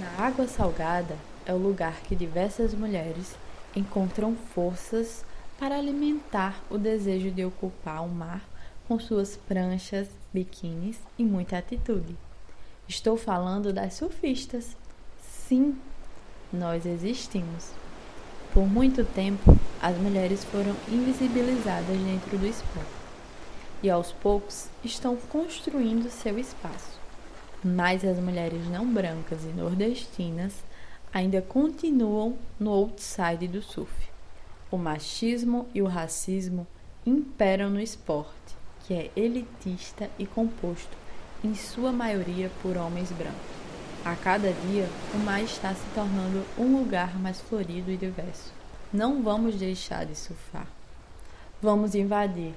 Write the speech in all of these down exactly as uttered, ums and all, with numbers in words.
A água salgada é o lugar que diversas mulheres encontram forças para alimentar o desejo de ocupar o mar com suas pranchas, biquínis e muita atitude. Estou falando das surfistas. Sim, nós existimos. Por muito tempo, as mulheres foram invisibilizadas dentro do esporte e aos poucos estão construindo seu espaço. Mas as mulheres não brancas e nordestinas ainda continuam no outside do surf. O machismo e o racismo imperam no esporte, que é elitista e composto, em sua maioria, por homens brancos. A cada dia, o mar está se tornando um lugar mais florido e diverso. Não vamos deixar de surfar. Vamos invadir.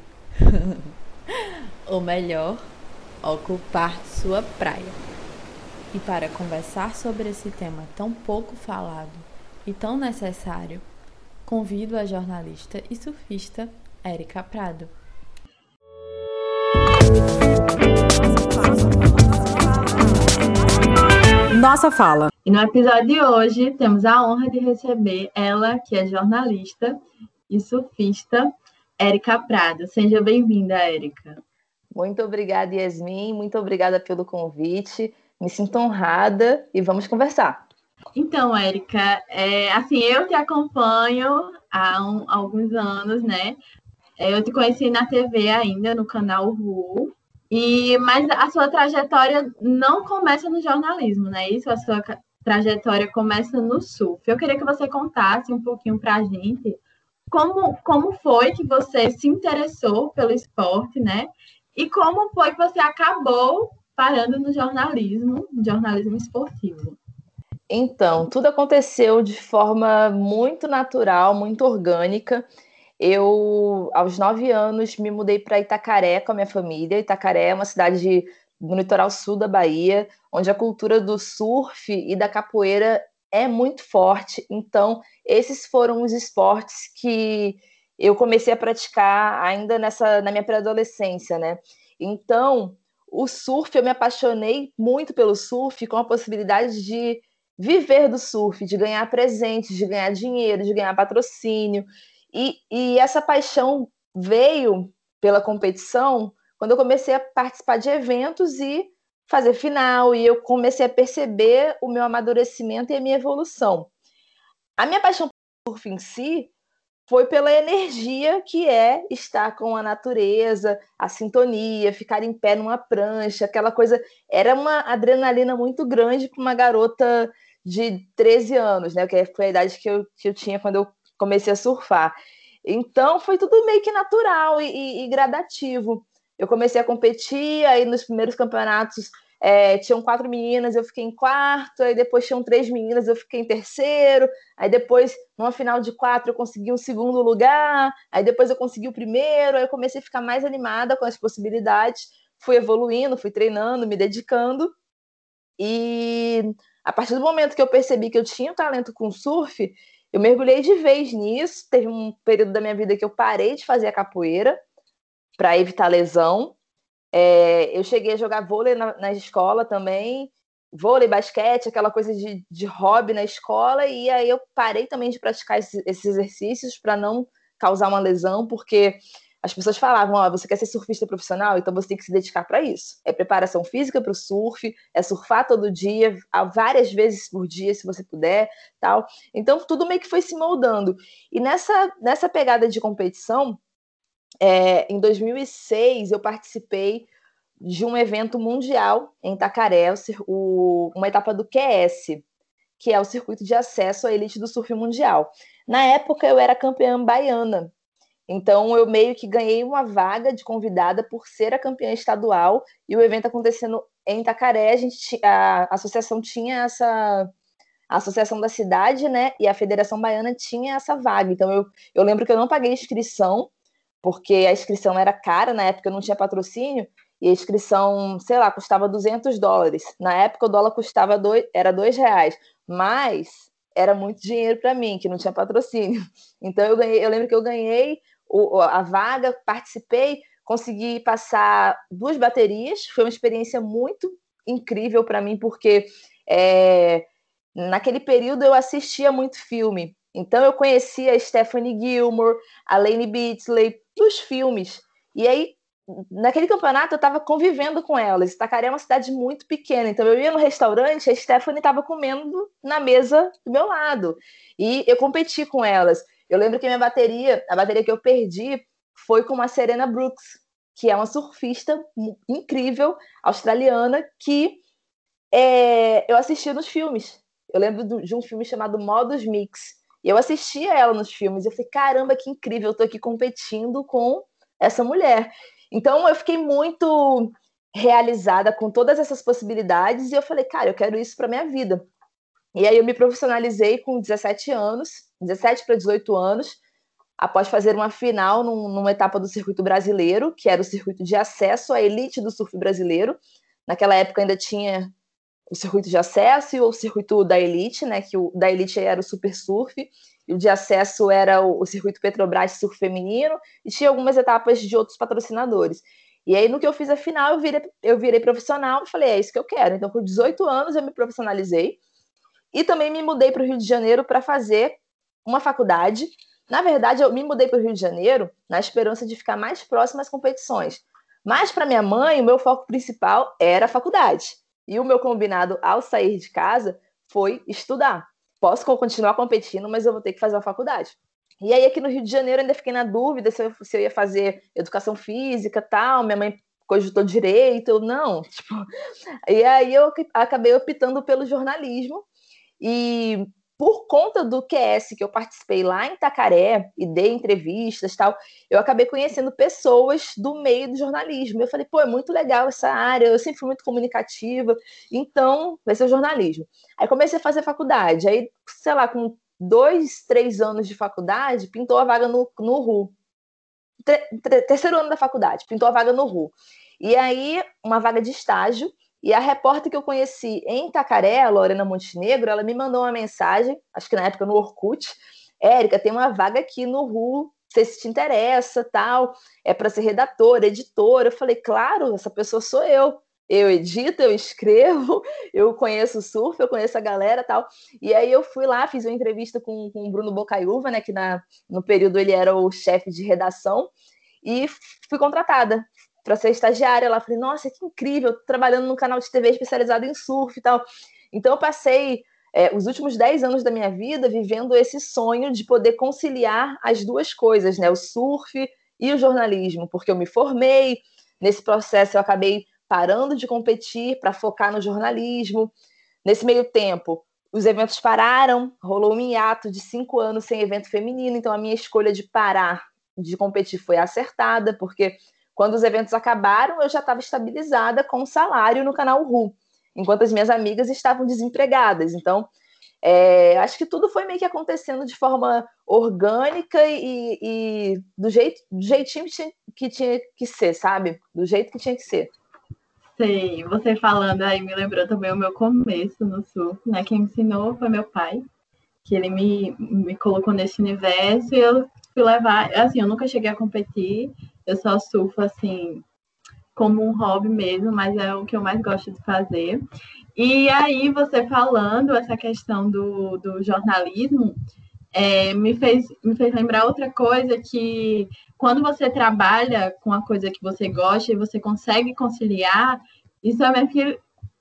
Ou melhor, ocupar sua praia. E para conversar sobre esse tema tão pouco falado e tão necessário, convido a jornalista e surfista Érica Prado. Nossa Fala. E no episódio de hoje temos a honra de receber ela, que é jornalista e surfista, Érica Prado. Seja bem-vinda, Érica. Muito obrigada, Yasmin. Muito obrigada pelo convite. Me sinto honrada e vamos conversar. Então, Érica, é, assim, eu te acompanho há, um, há alguns anos, né? Eu te conheci na T V ainda, no canal Ru. E, mas a sua trajetória não começa no jornalismo, né? Isso, a sua trajetória começa no surf. Eu queria que você contasse um pouquinho para a gente como, como foi que você se interessou pelo esporte, né? E como foi que você acabou parando no jornalismo, jornalismo esportivo. Então, tudo aconteceu de forma muito natural, muito orgânica. Eu, aos nove anos, me mudei para Itacaré com a minha família. Itacaré é uma cidade no litoral sul da Bahia, onde a cultura do surf e da capoeira é muito forte. Então, esses foram os esportes que eu comecei a praticar ainda nessa, na minha pré-adolescência, né? Então, o surf, eu me apaixonei muito pelo surf, com a possibilidade de viver do surf, de ganhar presentes, de ganhar dinheiro, de ganhar patrocínio. E, e essa paixão veio pela competição quando eu comecei a participar de eventos e fazer final, e eu comecei a perceber o meu amadurecimento e a minha evolução. A minha paixão pelo surf em si foi pela energia que é estar com a natureza, a sintonia, ficar em pé numa prancha, aquela coisa. Era uma adrenalina muito grande para uma garota de treze anos, né? Que foi a idade que eu, que eu tinha quando eu comecei a surfar. Então, foi tudo meio que natural e, e, e gradativo. Eu comecei a competir, aí nos primeiros campeonatos é, tinham quatro meninas, eu fiquei em quarto, aí depois tinham três meninas, eu fiquei em terceiro, aí depois, numa final de quatro, eu consegui um segundo lugar, aí depois eu consegui o primeiro, aí eu comecei a ficar mais animada com as possibilidades, fui evoluindo, fui treinando, me dedicando, e a partir do momento que eu percebi que eu tinha um talento com surf, eu mergulhei de vez nisso. Teve um período da minha vida que eu parei de fazer a capoeira para evitar lesão. É, eu cheguei a jogar vôlei na, na escola também, vôlei, basquete, aquela coisa de, de hobby na escola, e aí eu parei também de praticar esse, esses exercícios para não causar uma lesão, porque as pessoas falavam, ó, oh, você quer ser surfista profissional? Então você tem que se dedicar para isso. É preparação física para o surf, é surfar todo dia, várias vezes por dia, se você puder, tal. Então tudo meio que foi se moldando. E nessa, nessa pegada de competição, é, em dois mil e seis eu participei de um evento mundial em Itacaré, o, uma etapa do Q S, que é o circuito de acesso à elite do surf mundial. Na época eu era campeã baiana, então eu meio que ganhei uma vaga de convidada por ser a campeã estadual, e o evento acontecendo em Itacaré, a, gente, a associação tinha essa... A associação da cidade, né, e a Federação Baiana tinha essa vaga. Então eu, eu lembro que eu não paguei inscrição, porque a inscrição era cara, na época eu não tinha patrocínio, e a inscrição, sei lá, custava duzentos dólares. Na época o dólar custava dois, era dois reais, mas era muito dinheiro para mim, que não tinha patrocínio. Então eu, ganhei, eu lembro que eu ganhei o, a vaga, participei, consegui passar duas baterias, foi uma experiência muito incrível para mim, porque é, naquele período eu assistia muito filme. Então eu conhecia a Stephanie Gilmore, a Laine Beasley, dos filmes. E aí, naquele campeonato, eu estava convivendo com elas. Itacaré é uma cidade muito pequena, então eu ia no restaurante, a Stephanie estava comendo na mesa do meu lado. E eu competi com elas. Eu lembro que minha bateria, a bateria que eu perdi, foi com a Serena Brooks, que é uma surfista incrível, australiana, que é, eu assistia nos filmes. Eu lembro de um filme chamado Modus Mix. E eu assistia ela nos filmes. E eu falei, caramba, que incrível, eu tô aqui competindo com essa mulher. Então eu fiquei muito realizada com todas essas possibilidades. E eu falei, cara, eu quero isso para minha vida. E aí eu me profissionalizei com dezessete anos, dezessete para dezoito anos, após fazer uma final num, numa etapa do circuito brasileiro, que era o circuito de acesso à elite do surf brasileiro. Naquela época ainda tinha o circuito de acesso e o circuito da elite, né? Que o da elite era o super surf, e o de acesso era o, o circuito Petrobras surf feminino, e tinha algumas etapas de outros patrocinadores. E aí, no que eu fiz a final, eu virei, eu virei profissional e falei, é isso que eu quero. Então, com dezoito anos, eu me profissionalizei e também me mudei para o Rio de Janeiro para fazer uma faculdade. Na verdade, eu me mudei para o Rio de Janeiro na esperança de ficar mais próximo às competições. Mas, para minha mãe, o meu foco principal era a faculdade. E o meu combinado ao sair de casa foi estudar. Posso continuar competindo, mas eu vou ter que fazer a faculdade. E aí, aqui no Rio de Janeiro, ainda fiquei na dúvida se eu, se eu ia fazer educação física e tal. Minha mãe cogitou direito, eu não. Tipo... E aí, eu acabei optando pelo jornalismo. E por conta do Q S que eu participei lá em Itacaré e dei entrevistas e tal, eu acabei conhecendo pessoas do meio do jornalismo. Eu falei, pô, é muito legal essa área, eu sempre fui muito comunicativa, então vai ser o jornalismo. Aí comecei a fazer faculdade, aí, sei lá, com dois, três anos de faculdade, pintou a vaga no, no R U. Terceiro ano da faculdade, pintou a vaga no R U. E aí, uma vaga de estágio. E a repórter que eu conheci em Itacaré, a Lorena Montenegro, ela me mandou uma mensagem, acho que na época no Orkut, Érica, tem uma vaga aqui no R U, não sei se te interessa, tal, é para ser redatora, editora. Eu falei, claro, essa pessoa sou eu. Eu edito, eu escrevo, eu conheço o surf, eu conheço a galera e tal. E aí eu fui lá, fiz uma entrevista com, com o Bruno Bocaiúva, né, que na, no período ele era o chefe de redação, e fui contratada para ser estagiária lá. Falei, nossa, que incrível, tô trabalhando num canal de T V especializado em surf e tal. Então eu passei é, os últimos dez anos da minha vida vivendo esse sonho de poder conciliar as duas coisas, né? O surf e o jornalismo, porque eu me formei, nesse processo eu acabei parando de competir para focar no jornalismo. Nesse meio tempo, os eventos pararam, rolou um hiato de cinco anos sem evento feminino, então a minha escolha de parar de competir foi acertada, porque quando os eventos acabaram, eu já estava estabilizada com um salário no canal R U, enquanto as minhas amigas estavam desempregadas. Então, é, acho que tudo foi meio que acontecendo de forma orgânica e, e do, jeito, do jeitinho que tinha, que tinha que ser, sabe? Do jeito que tinha que ser. Sei, você falando aí me lembrou também o meu começo no surf, né? Quem me ensinou foi meu pai, que ele me, me colocou nesse universo e eu fui levar, assim, eu nunca cheguei a competir, eu só surfo, assim, como um hobby mesmo, mas é o que eu mais gosto de fazer. E aí, você falando essa questão do, do jornalismo, é, me, fez, me fez lembrar outra coisa, que quando você trabalha com a coisa que você gosta e você consegue conciliar, isso é mesmo que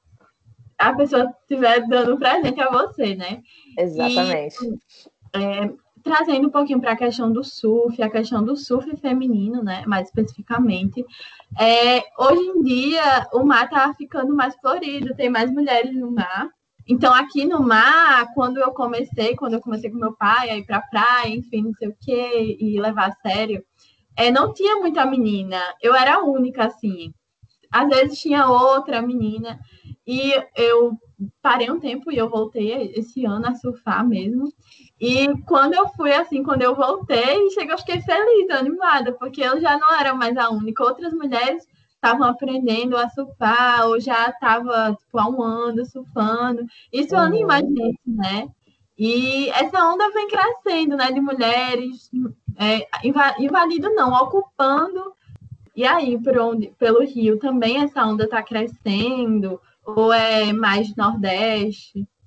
a pessoa estiver dando presente a você, né? Exatamente. E, é, trazendo um pouquinho para a questão do surf, a questão do surf feminino, né? Mais especificamente, é, hoje em dia o mar está ficando mais florido, tem mais mulheres no mar. Então, aqui no mar, quando eu comecei, quando eu comecei com meu pai a ir para a praia, enfim, não sei o quê, e levar a sério, é, não tinha muita menina. Eu era a única, assim. Às vezes tinha outra menina. E eu parei um tempo e eu voltei esse ano a surfar mesmo. E quando eu fui, assim, quando eu voltei, chegou, eu fiquei feliz, animada, porque eu já não era mais a única. Outras mulheres estavam aprendendo a surfar, ou já estava, tipo, há um ano surfando. Isso uhum. anima a gente, né? E essa onda vem crescendo, né? De mulheres, é, invadindo não, ocupando. E aí, por onde, pelo Rio, também essa onda está crescendo? Ou é mais Nordeste?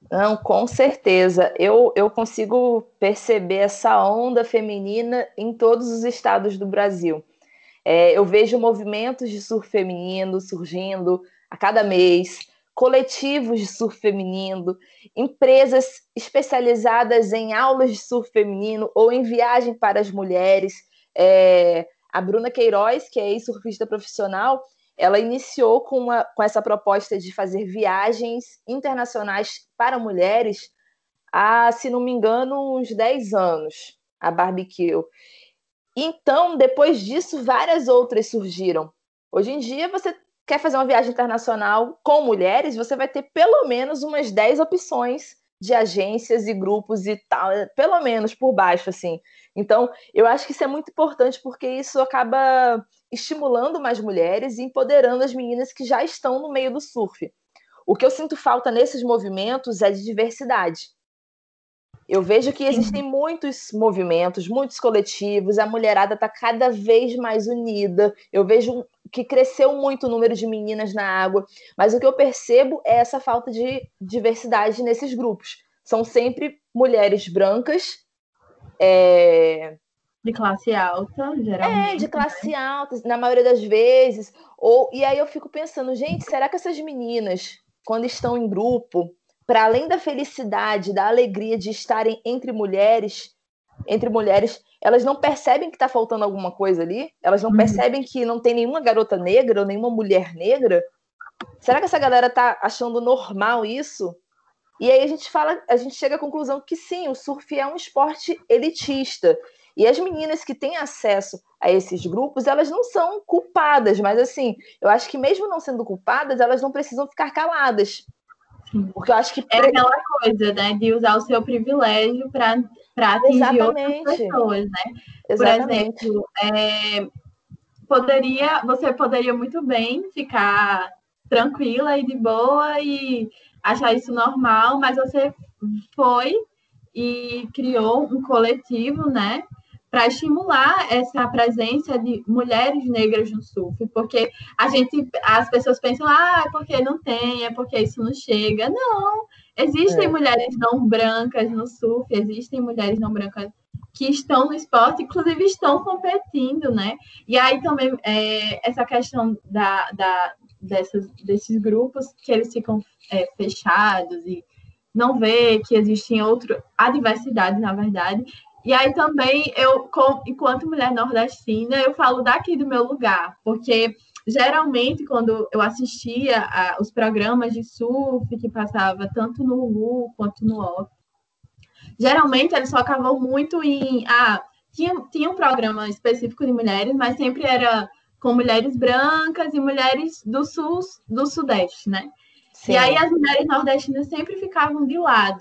Não, com certeza. Eu, eu consigo perceber essa onda feminina em todos os estados do Brasil. É, eu vejo movimentos de surf feminino surgindo a cada mês, coletivos de surf feminino, empresas especializadas em aulas de surf feminino ou em viagem para as mulheres. É, a Bruna Queiroz, que é ex-surfista profissional, ela iniciou com, uma, com essa proposta de fazer viagens internacionais para mulheres há, se não me engano, uns dez anos, a Barbecue. Então, depois disso, várias outras surgiram. Hoje em dia, você quer fazer uma viagem internacional com mulheres, você vai ter pelo menos umas dez opções de agências e grupos e tal, pelo menos por baixo, assim. Então, eu acho que isso é muito importante, porque isso acaba estimulando mais mulheres e empoderando as meninas que já estão no meio do surf. O que eu sinto falta nesses movimentos é de diversidade. Eu vejo que existem Sim. muitos movimentos, muitos coletivos, a mulherada está cada vez mais unida. Eu vejo que cresceu muito o número de meninas na água, mas o que eu percebo é essa falta de diversidade nesses grupos. São sempre mulheres brancas, é, De classe alta, é, de geralmente. classe alta, na maioria das vezes. Ou, e aí eu fico pensando, gente, será que essas meninas, quando estão em grupo, para além da felicidade, da alegria de estarem entre mulheres, entre mulheres, elas não percebem que está faltando alguma coisa ali? Elas não Uhum. percebem que não tem nenhuma garota negra ou nenhuma mulher negra? Será que essa galera tá achando normal isso? E aí a gente fala, a gente chega à conclusão que sim, o surf é um esporte elitista. E as meninas que têm acesso a esses grupos, elas não são culpadas, mas assim, eu acho que mesmo não sendo culpadas, elas não precisam ficar caladas. Sim. Porque eu acho que. É aquela coisa, né, de usar o seu privilégio para atingir outras Exatamente. pessoas, né? Por Exatamente. exemplo, é, poderia, você poderia muito bem ficar tranquila e de boa e achar isso normal, mas você foi e criou um coletivo, né, para estimular essa presença de mulheres negras no surf, porque a gente, as pessoas pensam, ah, é porque não tem, é porque isso não chega. Não, existem É. mulheres não brancas no surf, existem mulheres não brancas que estão no esporte, inclusive estão competindo, né? E aí também é, essa questão da, da, dessas, desses grupos que eles ficam é, fechados e não vê que existem outro, a diversidade, na verdade. E aí também eu, com, enquanto mulher nordestina, eu falo daqui do meu lugar, porque geralmente quando eu assistia a, os programas de surf que passava tanto no Hulu quanto no O, geralmente eles focavam muito em. Ah, tinha, tinha um programa específico de mulheres, mas sempre era com mulheres brancas e mulheres do sul, do sudeste, né? E aí Sim. as mulheres nordestinas sempre ficavam de lado.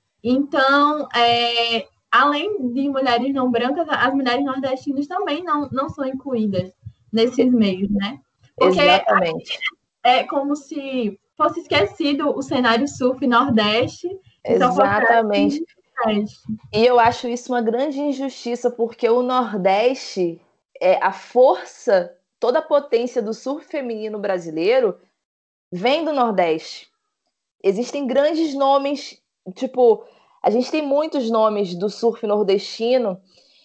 Então, é, além de mulheres não brancas, as mulheres nordestinas também não, não são incluídas nesses meios, né? Porque Exatamente. é como se fosse esquecido o cenário surf nordeste e só focasse Exatamente. no sudeste. E eu acho isso uma grande injustiça, porque o Nordeste, é a força, toda a potência do surf feminino brasileiro vem do Nordeste. Existem grandes nomes, tipo, a gente tem muitos nomes do surf nordestino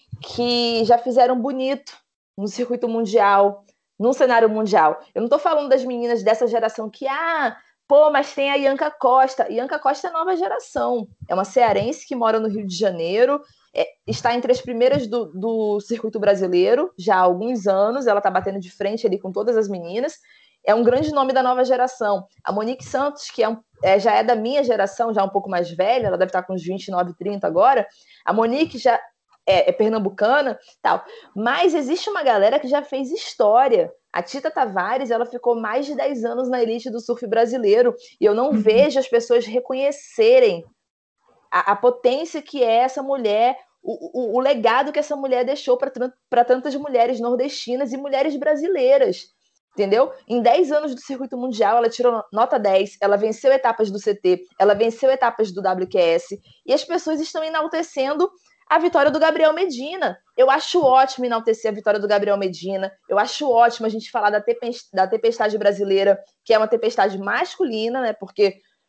que já fizeram bonito no circuito mundial, no cenário mundial. Eu não estou falando das meninas dessa geração que, ah, pô, mas tem a Ianca Costa. Ianca Costa é nova geração. É uma cearense que mora no Rio de Janeiro, é, está entre as primeiras do, do circuito brasileiro já há alguns anos. Ela está batendo de frente ali com todas as meninas. É um grande nome da nova geração. A Monique Santos, que é um, é, já é da minha geração, já um pouco mais velha, ela deve estar com uns vinte e nove, trinta agora. A Monique já é, é pernambucana, tal. Mas existe uma galera que já fez história. A Tita Tavares, ela ficou mais de dez anos na elite do surf brasileiro, e eu não uhum. vejo as pessoas reconhecerem a, a potência que é essa mulher, o, o, o legado que essa mulher deixou para tantas mulheres nordestinas e mulheres brasileiras. Entendeu? Em dez anos do circuito mundial, ela tirou nota dez, ela venceu etapas do C T, ela venceu etapas do W Q S, e as pessoas estão enaltecendo a vitória do Gabriel Medina. Eu acho ótimo enaltecer a vitória do Gabriel Medina, eu acho ótimo a gente falar da tempestade brasileira, que é uma tempestade masculina, né? Porque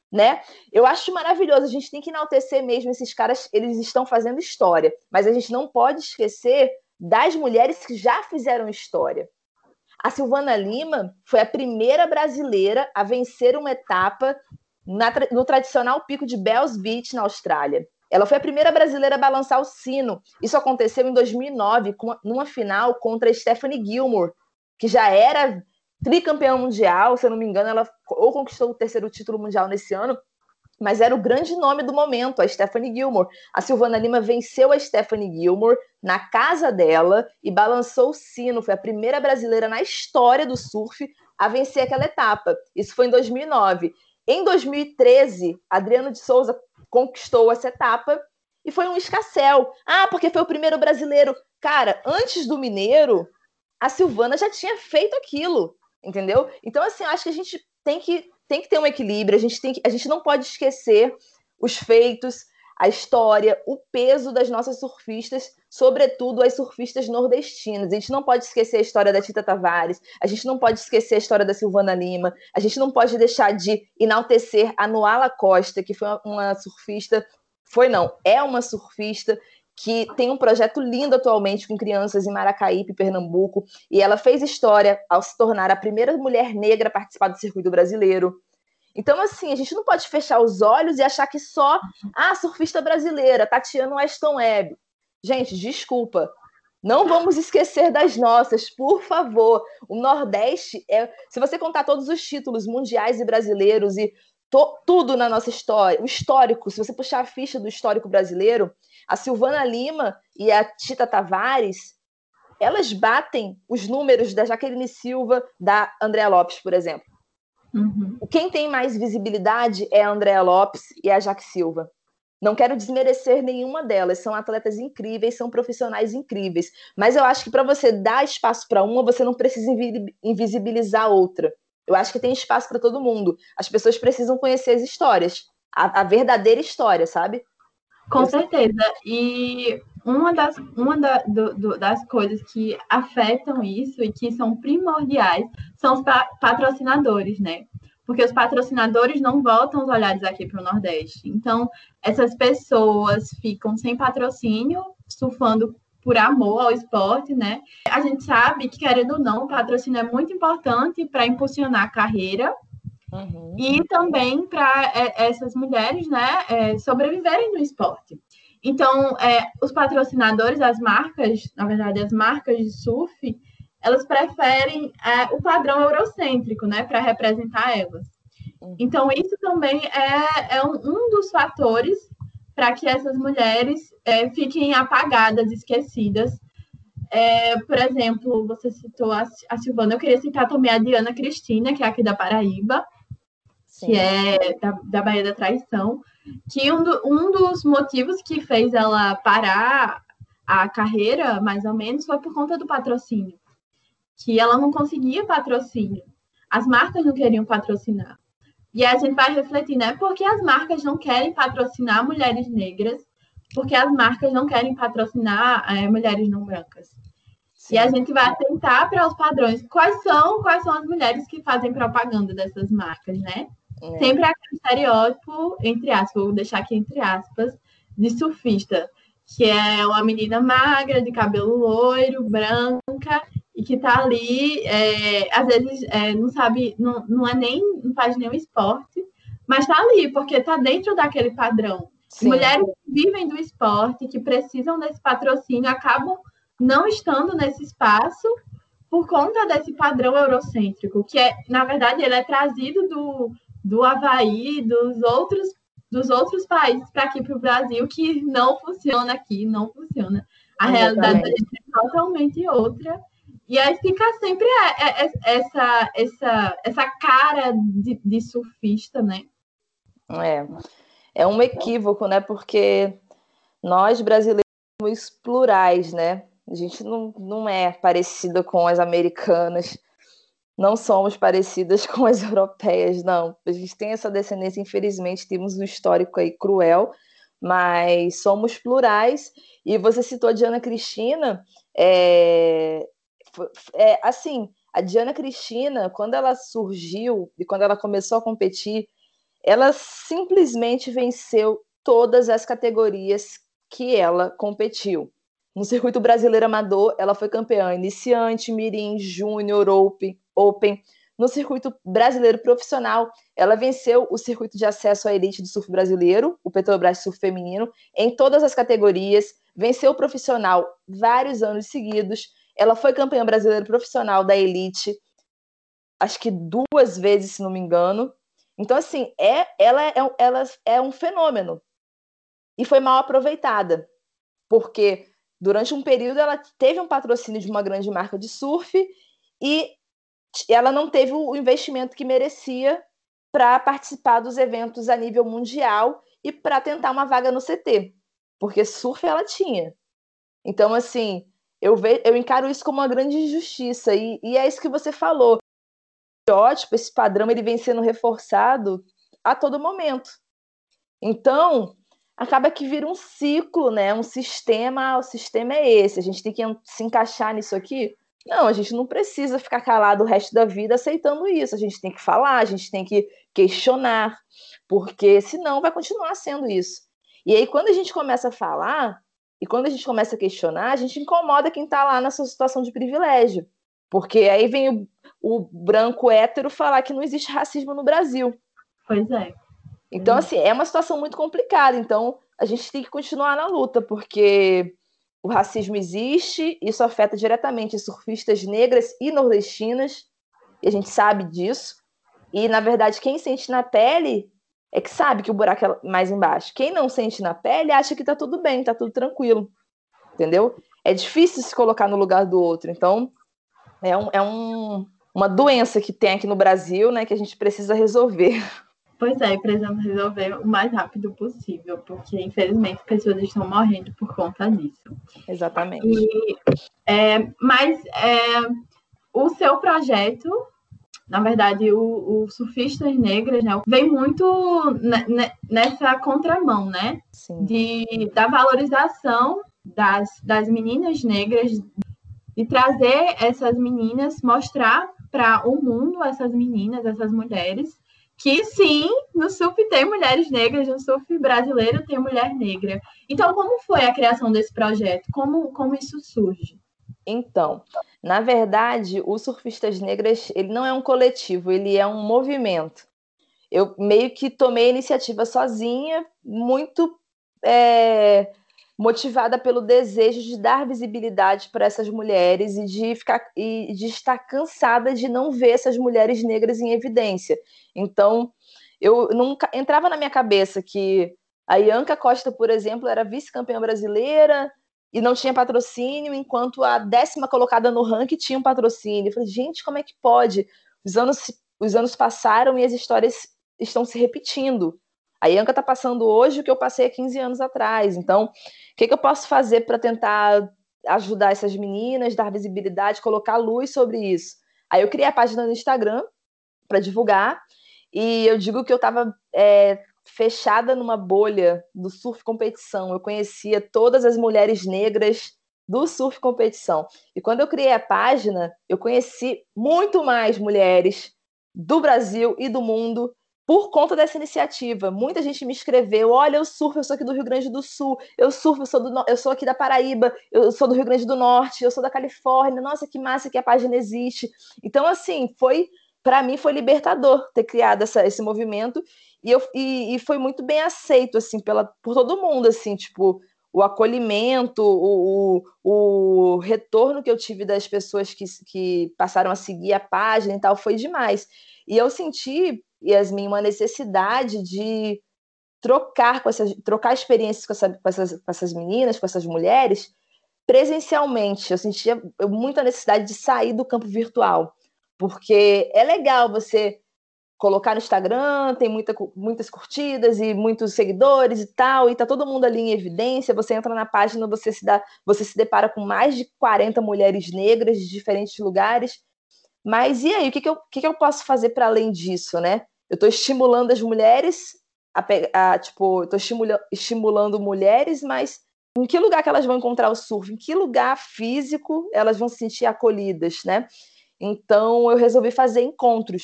né? Eu acho maravilhoso, a gente tem que enaltecer mesmo esses caras, eles estão fazendo história, mas a gente não pode esquecer das mulheres que já fizeram história. A Silvana Lima foi a primeira brasileira a vencer uma etapa na, no tradicional pico de Bells Beach, na Austrália. Ela foi a primeira brasileira a balançar o sino. Isso aconteceu em dois mil e nove, com, numa final contra a Stephanie Gilmore, que já era tricampeã mundial, se eu não me engano, ela ou conquistou o terceiro título mundial nesse ano, mas era o grande nome do momento, a Stephanie Gilmore. A Silvana Lima venceu a Stephanie Gilmore na casa dela e balançou o sino. Foi a primeira brasileira na história do surf a vencer aquela etapa. Isso foi em dois mil e nove. Em dois mil e treze, Adriano de Souza conquistou essa etapa e foi um escassel. Ah, porque foi o primeiro brasileiro. Cara, antes do Mineiro, a Silvana já tinha feito aquilo, entendeu? Então, assim, eu acho que a gente tem que, tem que ter um equilíbrio, a gente, tem que, a gente não pode esquecer os feitos, a história, o peso das nossas surfistas, sobretudo as surfistas nordestinas. A gente não pode esquecer a história da Tita Tavares, a gente não pode esquecer a história da Silvana Lima, a gente não pode deixar de enaltecer a Nuala Costa, que foi uma, uma surfista, foi não, é uma surfista que tem um projeto lindo atualmente com crianças em Maracaípe, Pernambuco, e ela fez história ao se tornar a primeira mulher negra a participar do circuito brasileiro. Então, assim, a gente não pode fechar os olhos e achar que só a ah, surfista brasileira, Tatiana Weston Webb. Gente, desculpa, não vamos esquecer das nossas, por favor. O Nordeste, é, se você contar todos os títulos mundiais e brasileiros e to, tudo na nossa história, o histórico, se você puxar a ficha do histórico brasileiro, a Silvana Lima e a Tita Tavares, elas batem os números da Jaqueline Silva, da Andrea Lopes, por exemplo. Uhum. Quem tem mais visibilidade é a Andrea Lopes e a Jaque Silva. Não quero desmerecer nenhuma delas, são atletas incríveis, são profissionais incríveis, mas eu acho que para você dar espaço para uma, você não precisa invisibilizar a outra. Eu acho que tem espaço para todo mundo. As pessoas precisam conhecer as histórias, a, a verdadeira história, sabe? Com eu... certeza. E uma das, uma da, do, do, das coisas que afetam isso e que são primordiais são os pa- patrocinadores, né? Porque os patrocinadores não voltam os olhares aqui para o Nordeste. Então, essas pessoas ficam sem patrocínio, surfando por amor ao esporte, né? A gente sabe que, querendo ou não, o patrocínio é muito importante para impulsionar a carreira. Uhum. E também para é, essas mulheres, né, é, sobreviverem no esporte. Então, é, os patrocinadores, as marcas, na verdade, as marcas de surf, elas preferem é, o padrão eurocêntrico, né, para representar elas. Uhum. Então, isso também é, é um, um dos fatores para que essas mulheres é, fiquem apagadas, esquecidas. É, por exemplo, você citou a, a Silvana, eu queria citar também a Diana Cristina, que é aqui da Paraíba, Sim. que é da, da Baía da Traição, que um, do, um dos motivos que fez ela parar a carreira, mais ou menos, foi por conta do patrocínio, que ela não conseguia patrocínio. As marcas não queriam patrocinar. E a gente vai refletir, né? Por que as marcas não querem patrocinar mulheres negras? Porque as marcas não querem patrocinar é, mulheres não brancas. Sim. E a gente vai atentar para os padrões. Quais são, quais são as mulheres que fazem propaganda dessas marcas, né? É. Sempre aquele estereótipo, entre aspas, vou deixar aqui entre aspas, de surfista, que é uma menina magra, de cabelo loiro, branca, e que tá ali, é, às vezes é, não sabe, não, não é nem, não faz nenhum esporte, mas tá ali, porque tá dentro daquele padrão. Mulheres que vivem do esporte, que precisam desse patrocínio, acabam não estando nesse espaço por conta desse padrão eurocêntrico, que é, na verdade, ele é trazido do, do Havaí, dos outros, dos outros países para aqui para o Brasil, que não funciona aqui, não funciona. A Exatamente. Realidade da gente é totalmente outra. E aí fica sempre essa, essa, essa cara de, de surfista, né? É, é um equívoco, né? Porque nós, brasileiros, somos plurais, né? A gente não, não é parecida com as americanas, não somos parecidas com as europeias, não. A gente tem essa descendência, infelizmente, temos um histórico aí cruel, mas somos plurais. E você citou a Diana Cristina, é, é, assim, a Diana Cristina, quando ela surgiu e quando ela começou a competir, ela simplesmente venceu todas as categorias que ela competiu. No circuito brasileiro amador, ela foi campeã iniciante, mirim, júnior, open, open. No circuito brasileiro profissional, ela venceu o circuito de acesso à elite do surf brasileiro, o Petrobras Surf Feminino, em todas as categorias, venceu o profissional vários anos seguidos. Ela foi campeã brasileira profissional da elite, acho que duas vezes, se não me engano. Então, assim, é, ela, é, ela é um fenômeno. E foi mal aproveitada, porque durante um período ela teve um patrocínio de uma grande marca de surf e ela não teve o investimento que merecia para participar dos eventos a nível mundial e para tentar uma vaga no C T, porque surf ela tinha. Então, assim, eu, ve, eu encaro isso como uma grande injustiça, e, e é isso que você falou. O estereótipo, esse padrão, ele vem sendo reforçado a todo momento. Então, acaba que vira um ciclo, né? Um sistema, o sistema é esse, a gente tem que se encaixar nisso aqui. Não, a gente não precisa ficar calado o resto da vida aceitando isso, a gente tem que falar, a gente tem que questionar, porque senão vai continuar sendo isso. E aí, quando a gente começa a falar, e quando a gente começa a questionar, a gente incomoda quem está lá nessa situação de privilégio, porque aí vem o, o branco hétero falar que não existe racismo no Brasil. Pois é. Então, assim, é uma situação muito complicada. Então, a gente tem que continuar na luta, porque o racismo existe, isso afeta diretamente surfistas negras e nordestinas, e a gente sabe disso. E, na verdade, quem sente na pele é que sabe que o buraco é mais embaixo. Quem não sente na pele acha que tá tudo bem, tá tudo tranquilo, entendeu? É difícil se colocar no lugar do outro. Então, é, um, é um, uma doença que tem aqui no Brasil, né, que a gente precisa resolver. Pois é, precisamos resolver o mais rápido possível, porque, infelizmente, pessoas estão morrendo por conta disso. Exatamente. E, é, mas é, o seu projeto, na verdade, o, o Surfistas Negras, né, vem muito nessa contramão, né? Sim. De, da valorização das, das meninas negras, de trazer essas meninas, mostrar para o mundo essas meninas, essas mulheres, que sim, no surf tem mulheres negras, no surf brasileiro tem mulher negra. Então, como foi a criação desse projeto? Como, como isso surge? Então, na verdade, o Surfistas Negras, ele não é um coletivo, ele é um movimento. Eu meio que tomei a iniciativa sozinha, muito é, motivada pelo desejo de dar visibilidade para essas mulheres e de, ficar, e de estar cansada de não ver essas mulheres negras em evidência. Então, eu nunca entrava na minha cabeça que a Ianca Costa, por exemplo, era vice-campeã brasileira e não tinha patrocínio, enquanto a décima colocada no ranking tinha um patrocínio. Eu falei, gente, como é que pode? Os anos, os anos passaram e as histórias estão se repetindo. A Ianca está passando hoje o que eu passei há quinze anos atrás. Então, o que, que eu posso fazer para tentar ajudar essas meninas, dar visibilidade, colocar luz sobre isso? Aí eu criei a página no Instagram para divulgar, e eu digo que eu estava é, fechada numa bolha do surf competição. Eu conhecia todas as mulheres negras do surf competição. E quando eu criei a página, eu conheci muito mais mulheres do Brasil e do mundo por conta dessa iniciativa. Muita gente me escreveu, olha, eu surfo, eu sou aqui do Rio Grande do Sul, eu surfo, eu sou, do, eu sou aqui da Paraíba, eu sou do Rio Grande do Norte, eu sou da Califórnia, nossa, que massa que a página existe. Então, assim, foi, para mim, foi libertador ter criado essa, esse movimento, e, eu, e, e foi muito bem aceito, assim, pela, por todo mundo, assim, tipo, o acolhimento, o, o, o retorno que eu tive das pessoas que, que passaram a seguir a página e tal, foi demais. E eu senti, Yasmin, uma necessidade de trocar com essas, trocar experiências com, essa, com, essas, com essas meninas, com essas mulheres, presencialmente. Eu sentia muita necessidade de sair do campo virtual, porque é legal você colocar no Instagram, tem muita, muitas curtidas e muitos seguidores e tal, e tá todo mundo ali em evidência. Você entra na página, você se, dá, você se depara com mais de quarenta mulheres negras de diferentes lugares. Mas e aí, o que, que, eu, o que, que eu posso fazer para além disso, né? Eu estou estimulando as mulheres, a, a, tipo, estou estimula, estimulando mulheres, mas em que lugar que elas vão encontrar o surf? Em que lugar físico elas vão se sentir acolhidas, né? Então, eu resolvi fazer encontros.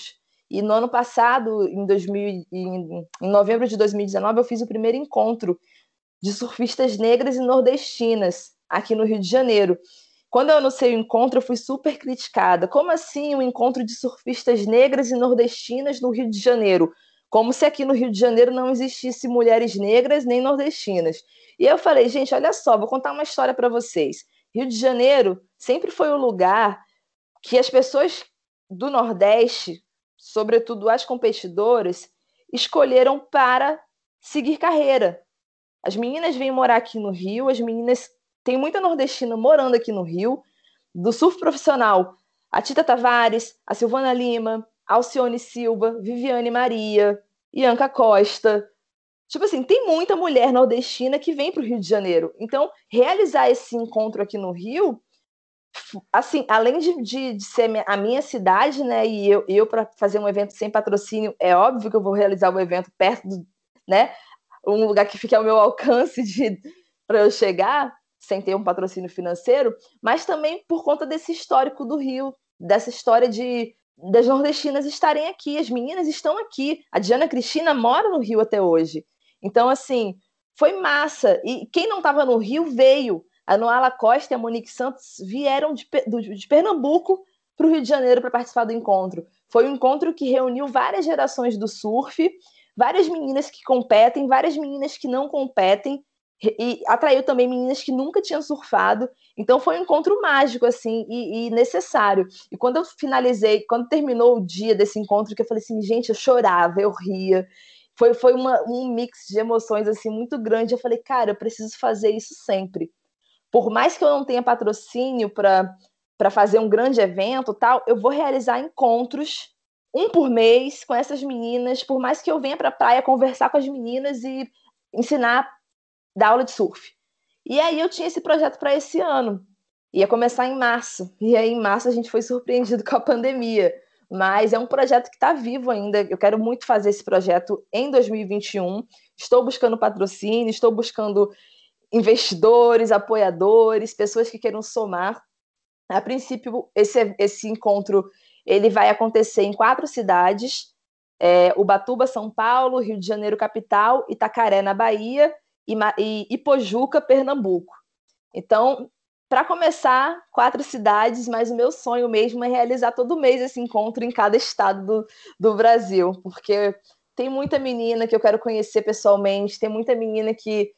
E no ano passado, em, dois mil, em, em novembro de dois mil e dezenove, eu fiz o primeiro encontro de surfistas negras e nordestinas aqui no Rio de Janeiro. Quando eu anunciei o encontro, eu fui super criticada. Como assim um encontro de surfistas negras e nordestinas no Rio de Janeiro? Como se aqui no Rio de Janeiro não existisse mulheres negras nem nordestinas. E eu falei, gente, olha só, vou contar uma história para vocês. Rio de Janeiro sempre foi o lugar que as pessoas do Nordeste, sobretudo as competidoras, escolheram para seguir carreira. As meninas vêm morar aqui no Rio, as meninas... Tem muita nordestina morando aqui no Rio, do surf profissional. A Tita Tavares, a Silvana Lima, Alcione Silva, Viviane Maria, Ianca Costa. Tipo assim, tem muita mulher nordestina que vem para o Rio de Janeiro. Então, realizar esse encontro aqui no Rio, assim, além de, de, de ser a minha cidade, né, e eu, eu para fazer um evento sem patrocínio, é óbvio que eu vou realizar o evento perto do, né, um lugar que fique ao meu alcance para eu chegar, sem ter um patrocínio financeiro, mas também por conta desse histórico do Rio, dessa história de das nordestinas estarem aqui, as meninas estão aqui, a Diana Cristina mora no Rio até hoje. Então, assim, foi massa. E quem não estava no Rio veio. A Noala Costa e a Monique Santos vieram de, de Pernambuco para o Rio de Janeiro para participar do encontro. Foi um encontro que reuniu várias gerações do surf, várias meninas que competem, várias meninas que não competem, e atraiu também meninas que nunca tinham surfado. Então foi um encontro mágico, assim, e, e necessário. E quando eu finalizei, quando terminou o dia desse encontro, que eu falei assim, gente, eu chorava, eu ria. Foi, foi uma, um mix de emoções, assim, muito grande. Eu falei, cara, eu preciso fazer isso sempre. Por mais que eu não tenha patrocínio para para fazer um grande evento, tal, eu vou realizar encontros, um por mês, com essas meninas, por mais que eu venha para a praia conversar com as meninas e ensinar, dar aula de surf. E aí eu tinha esse projeto para esse ano. Ia começar em março. E aí em março a gente foi surpreendido com a pandemia. Mas é um projeto que está vivo ainda. Eu quero muito fazer esse projeto em dois mil e vinte e um. Estou buscando patrocínio, estou buscando investidores, apoiadores, pessoas que queiram somar. A princípio, esse, esse encontro ele vai acontecer em quatro cidades. É, Ubatuba, São Paulo, Rio de Janeiro, capital, Itacaré, na Bahia, e Ipojuca, Pernambuco. Então, para começar, quatro cidades, mas o meu sonho mesmo é realizar todo mês esse encontro em cada estado do, do Brasil, porque tem muita menina que eu quero conhecer pessoalmente, tem muita menina que,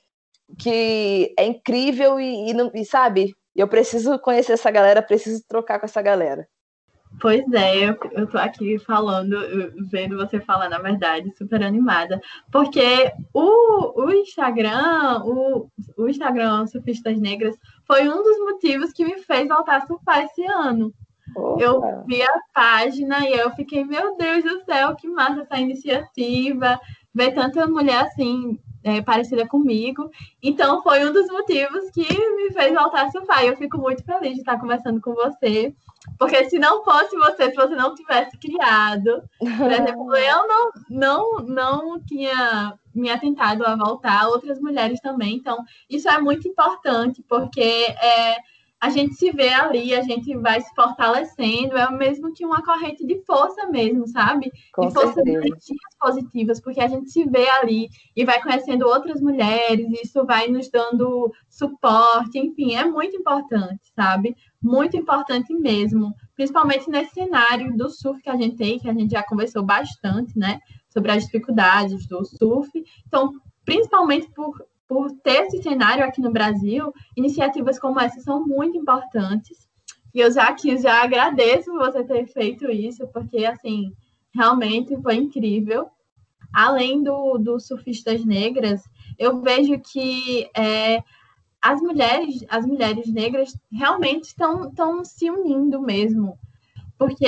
que é incrível e, e, e, sabe, eu preciso conhecer essa galera, preciso trocar com essa galera. Pois é, eu, eu tô aqui falando, vendo você falar, na verdade, super animada, porque o, o Instagram, o, o Instagram Surfistas Negras, foi um dos motivos que me fez voltar a surfar esse ano. Opa. Eu vi a página e eu fiquei, meu Deus do céu, que massa essa iniciativa, ver tanta mulher assim, é, parecida comigo. Então, foi um dos motivos que me fez voltar a surfar. E eu fico muito feliz de estar conversando com você, porque se não fosse você, se você não tivesse criado, por exemplo, eu não, não, não tinha me atentado a voltar, outras mulheres também. Então, isso é muito importante, porque é, a gente se vê ali, a gente vai se fortalecendo, é mesmo que uma corrente de força mesmo, sabe? Com de força certeza. de energias positivas, porque a gente se vê ali e vai conhecendo outras mulheres, isso vai nos dando suporte, enfim, é muito importante, sabe? Muito importante mesmo, principalmente nesse cenário do surf que a gente tem, que a gente já conversou bastante, né? Sobre as dificuldades do surf. Então, principalmente por por ter esse cenário aqui no Brasil, iniciativas como essa são muito importantes. E eu já aqui já agradeço você ter feito isso, porque, assim, realmente foi incrível. Além do, do Surfistas Negras, eu vejo que é, as mulheres, as mulheres negras realmente estão, estão se unindo mesmo. Porque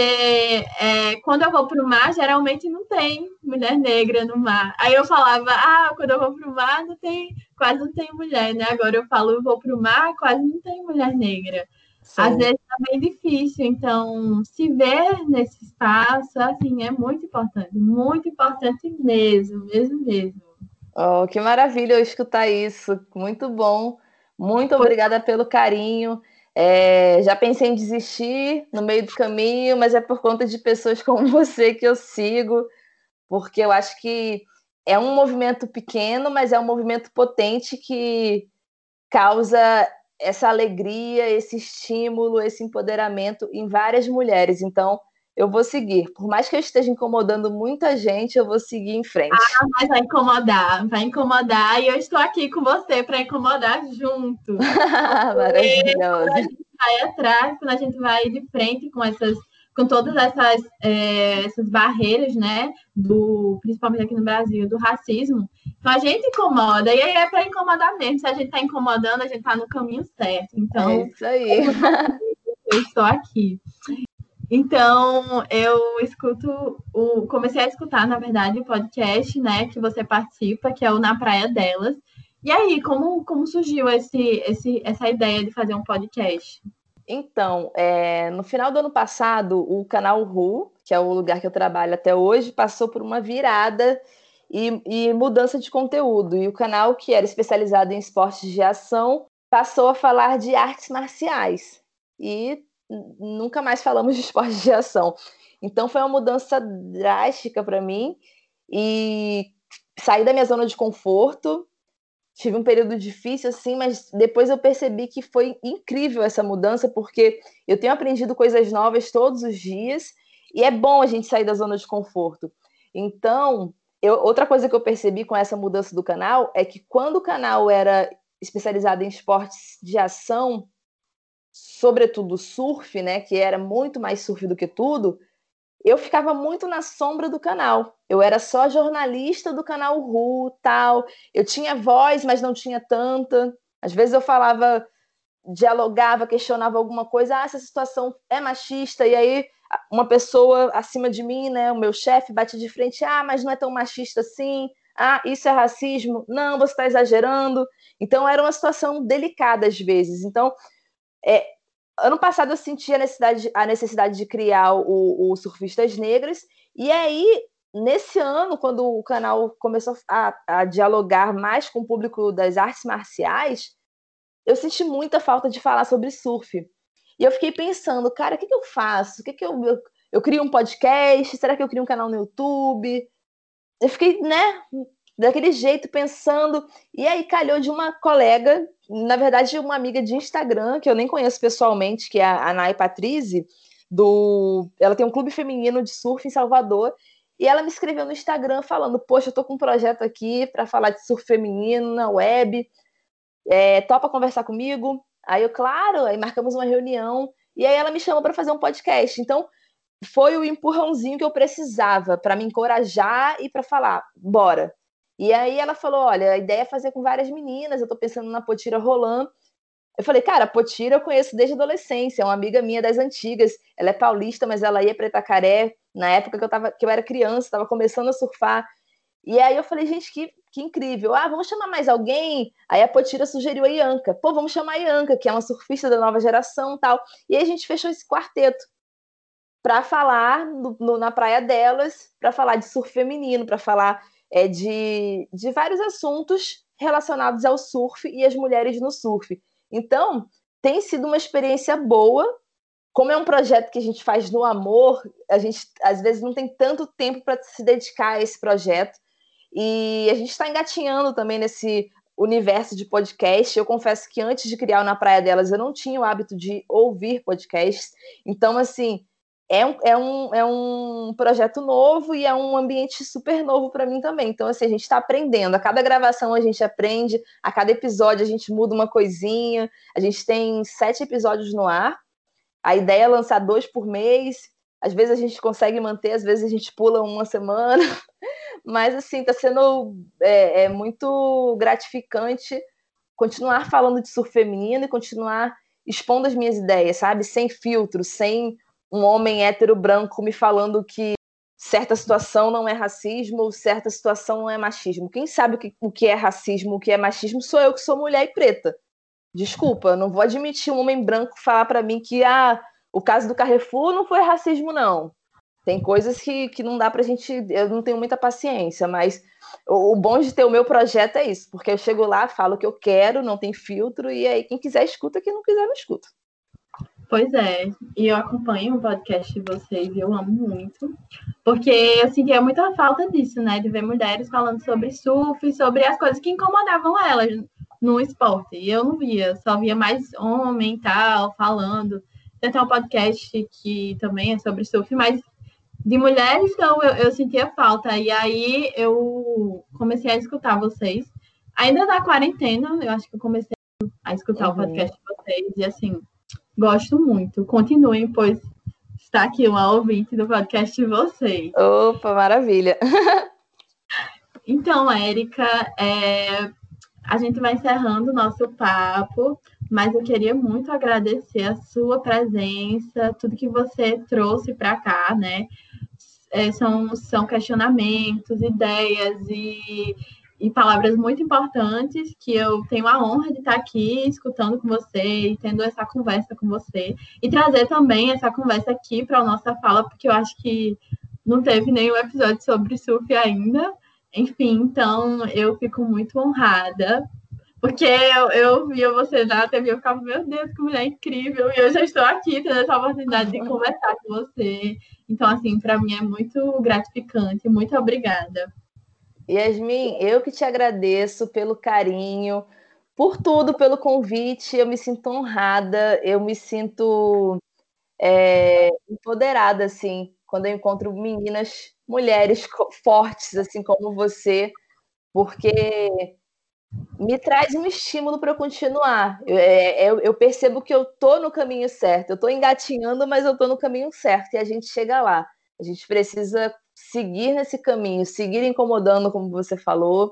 é, quando eu vou para o mar, geralmente não tem mulher negra no mar. Aí eu falava, ah, quando eu vou para o mar, não tem, quase não tem mulher, né? Agora eu falo, eu vou para o mar, quase não tem mulher negra. Sim. Às vezes é bem difícil. Então, se ver nesse espaço, assim, é muito importante. Muito importante mesmo, mesmo, mesmo. Oh, que maravilha eu escutar isso. Muito bom. Muito obrigada pelo carinho. É, já pensei em desistir no meio do caminho, mas é por conta de pessoas como você que eu sigo, porque eu acho que é um movimento pequeno, mas é um movimento potente que causa essa alegria, esse estímulo, esse empoderamento em várias mulheres. Então, eu vou seguir. Por mais que eu esteja incomodando muita gente, eu vou seguir em frente. Ah, mas vai incomodar, vai incomodar e eu estou aqui com você para incomodar junto. Quando a Maravilhosa. gente vai atrás, quando a gente vai de frente com essas, com todas essas, é, essas barreiras, né, do, principalmente aqui no Brasil, do racismo, então a gente incomoda, e aí é para incomodar mesmo. Se a gente está incomodando, a gente está no caminho certo. É Então, isso aí. eu estou aqui. Então, eu escuto, o, comecei a escutar, na verdade, o podcast, né, que você participa, que é o Na Praia Delas. E aí, como, como surgiu esse, esse, essa ideia de fazer um podcast? Então, é, no final do ano passado, o canal Ru, que é o lugar que eu trabalho até hoje, passou por uma virada e, e mudança de conteúdo. E o canal, que era especializado em esportes de ação, passou a falar de artes marciais. E nunca mais falamos de esportes de ação. Então, foi uma mudança drástica para mim. E saí da minha zona de conforto. Tive um período difícil, assim, mas depois eu percebi que foi incrível essa mudança, porque eu tenho aprendido coisas novas todos os dias, e é bom a gente sair da zona de conforto. Então, eu, outra coisa que eu percebi com essa mudança do canal é que quando o canal era especializado em esportes de ação, sobretudo surf, né, que era muito mais surf do que tudo, eu ficava muito na sombra do canal. Eu era só jornalista do canal Ru, tal. Eu tinha voz, mas não tinha tanta. Às vezes eu falava, dialogava, questionava alguma coisa. Ah, essa situação é machista. E aí uma pessoa acima de mim, né, o meu chefe, bate de frente. Ah, mas não é tão machista assim. Ah, isso é racismo. Não, você está exagerando. Então era uma situação delicada às vezes. Então, é, ano passado eu senti a necessidade, a necessidade de criar o, o Surfistas Negras, e aí, nesse ano, quando o canal começou a, a dialogar mais com o público das artes marciais, eu senti muita falta de falar sobre surf. E eu fiquei pensando, cara, o que, que eu faço? O que, que eu, eu, eu crio um podcast? Será que eu crio um canal no YouTube? Eu fiquei, né, daquele jeito, pensando. E aí calhou de uma colega, na verdade, uma amiga de Instagram, que eu nem conheço pessoalmente, que é a Nay Patrizzi, do... ela tem um clube feminino de surf em Salvador. E ela me escreveu no Instagram falando: Poxa, eu tô com um projeto aqui para falar de surf feminino na web. É, topa conversar comigo? Aí eu, claro, aí marcamos uma reunião. E aí ela me chamou para fazer um podcast. Então, foi o empurrãozinho que eu precisava para me encorajar e para falar, bora. E aí ela falou, olha, a ideia é fazer com várias meninas, eu tô pensando na Potira Roland. Eu falei, cara, a Potira eu conheço desde a adolescência, é uma amiga minha das antigas, ela é paulista, mas ela ia para Itacaré, na época que eu, tava, que eu era criança, estava começando a surfar. E aí eu falei, gente, que, que incrível. Ah, vamos chamar mais alguém? Aí a Potira sugeriu a Ianca. Pô, vamos chamar a Ianca, que é uma surfista da nova geração e tal. E aí a gente fechou esse quarteto para falar no, no, na praia delas, para falar de surf feminino, para falar é, de, de vários assuntos relacionados ao surf e as mulheres no surf. Então, tem sido uma experiência boa. Como é um projeto que a gente faz no amor, a gente às vezes não tem tanto tempo para se dedicar a esse projeto. E a gente está engatinhando também nesse universo de podcast. Eu confesso que antes de criar o Na Praia Delas, eu não tinha o hábito de ouvir podcasts. Então, assim, é um, é um, é um projeto novo e é um ambiente super novo para mim também. Então, assim, a gente está aprendendo. A cada gravação a gente aprende, a cada episódio a gente muda uma coisinha. A gente tem sete episódios no ar. A ideia é lançar dois por mês. Às vezes a gente consegue manter, às vezes a gente pula uma semana. Mas, assim, está sendo é, é muito gratificante continuar falando de surf feminino e continuar expondo as minhas ideias, sabe? Sem filtro, sem um homem hétero branco me falando que certa situação não é racismo ou certa situação não é machismo. Quem sabe o que, o que é racismo, o que é machismo, sou eu que sou mulher e preta. Desculpa, não vou admitir um homem branco falar para mim que ah, o caso do Carrefour não foi racismo, não. Tem coisas que, que não dá pra gente... Eu não tenho muita paciência, mas o, o bom de ter o meu projeto é isso, porque eu chego lá, falo o que eu quero, não tem filtro, e aí quem quiser escuta, quem não quiser não escuta. Pois é, e eu acompanho o podcast de vocês e eu amo muito, porque eu sentia muita falta disso, né? De ver mulheres falando sobre surf, sobre as coisas que incomodavam elas no esporte. E eu não via, só via mais homem e tal, falando. Tem até um podcast que também é sobre surf, mas de mulheres, então eu, eu sentia falta. E aí eu comecei a escutar vocês. Ainda na quarentena, eu acho que eu comecei a escutar uhum. o podcast de vocês, e assim. Gosto muito. Continuem, pois está aqui uma ouvinte do podcast de vocês. Opa, maravilha. Então, Érica, é... a gente vai encerrando o nosso papo, mas eu queria muito agradecer a sua presença, tudo que você trouxe para cá, né? É, são, são questionamentos, ideias e... e palavras muito importantes que eu tenho a honra de estar aqui escutando com você e tendo essa conversa com você e trazer também essa conversa aqui para a nossa fala, porque eu acho que não teve nenhum episódio sobre surf ainda. Enfim, então eu fico muito honrada, porque eu, eu via você na T V e eu ficava, meu Deus, que mulher incrível, e eu já estou aqui tendo essa oportunidade de conversar com você. Então, assim, para mim é muito gratificante. Muito obrigada. Yasmin, eu que te agradeço pelo carinho, por tudo, pelo convite. Eu me sinto honrada, eu me sinto é, empoderada, assim, quando eu encontro meninas, mulheres fortes, assim como você, porque me traz um estímulo para eu continuar. Eu, eu, eu percebo que eu estou no caminho certo, eu estou engatinhando, mas eu estou no caminho certo, e a gente chega lá. A gente precisa seguir nesse caminho, seguir incomodando, como você falou,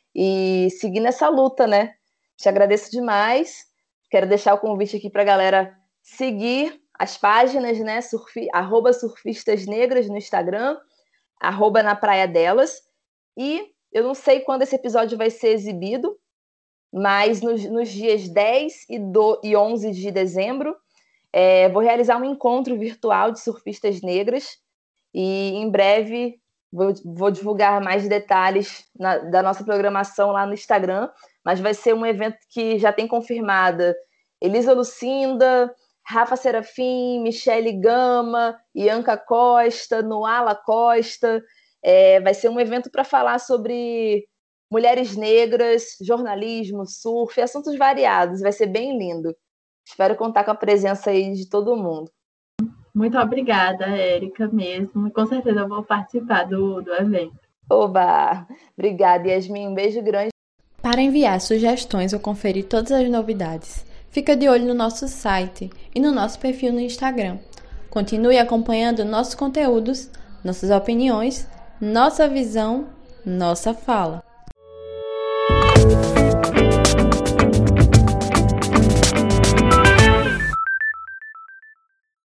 e seguir nessa luta, né? Te agradeço demais. Quero deixar o convite aqui para a galera seguir as páginas, né? Surfi, arroba surfistas negras no Instagram, arroba na praia delas. E eu não sei quando esse episódio vai ser exibido, mas nos, nos dias dez e, do, e onze de dezembro, é, vou realizar um encontro virtual de surfistas negras. E em breve vou, vou divulgar mais detalhes na, da nossa programação lá no Instagram, mas vai ser um evento que já tem confirmada Elisa Lucinda, Rafa Serafim, Michele Gama, Ianca Costa, Noala Costa. É, vai ser um evento para falar sobre mulheres negras, jornalismo, surf, assuntos variados. Vai ser bem lindo. Espero contar com a presença aí de todo mundo. Muito obrigada, Érica, mesmo. Com certeza eu vou participar do, do evento. Oba! Obrigada, Yasmin. Um beijo grande. Para enviar sugestões ou conferir todas as novidades, fica de olho no nosso site e no nosso perfil no Instagram. Continue acompanhando nossos conteúdos, nossas opiniões, nossa visão, nossa fala.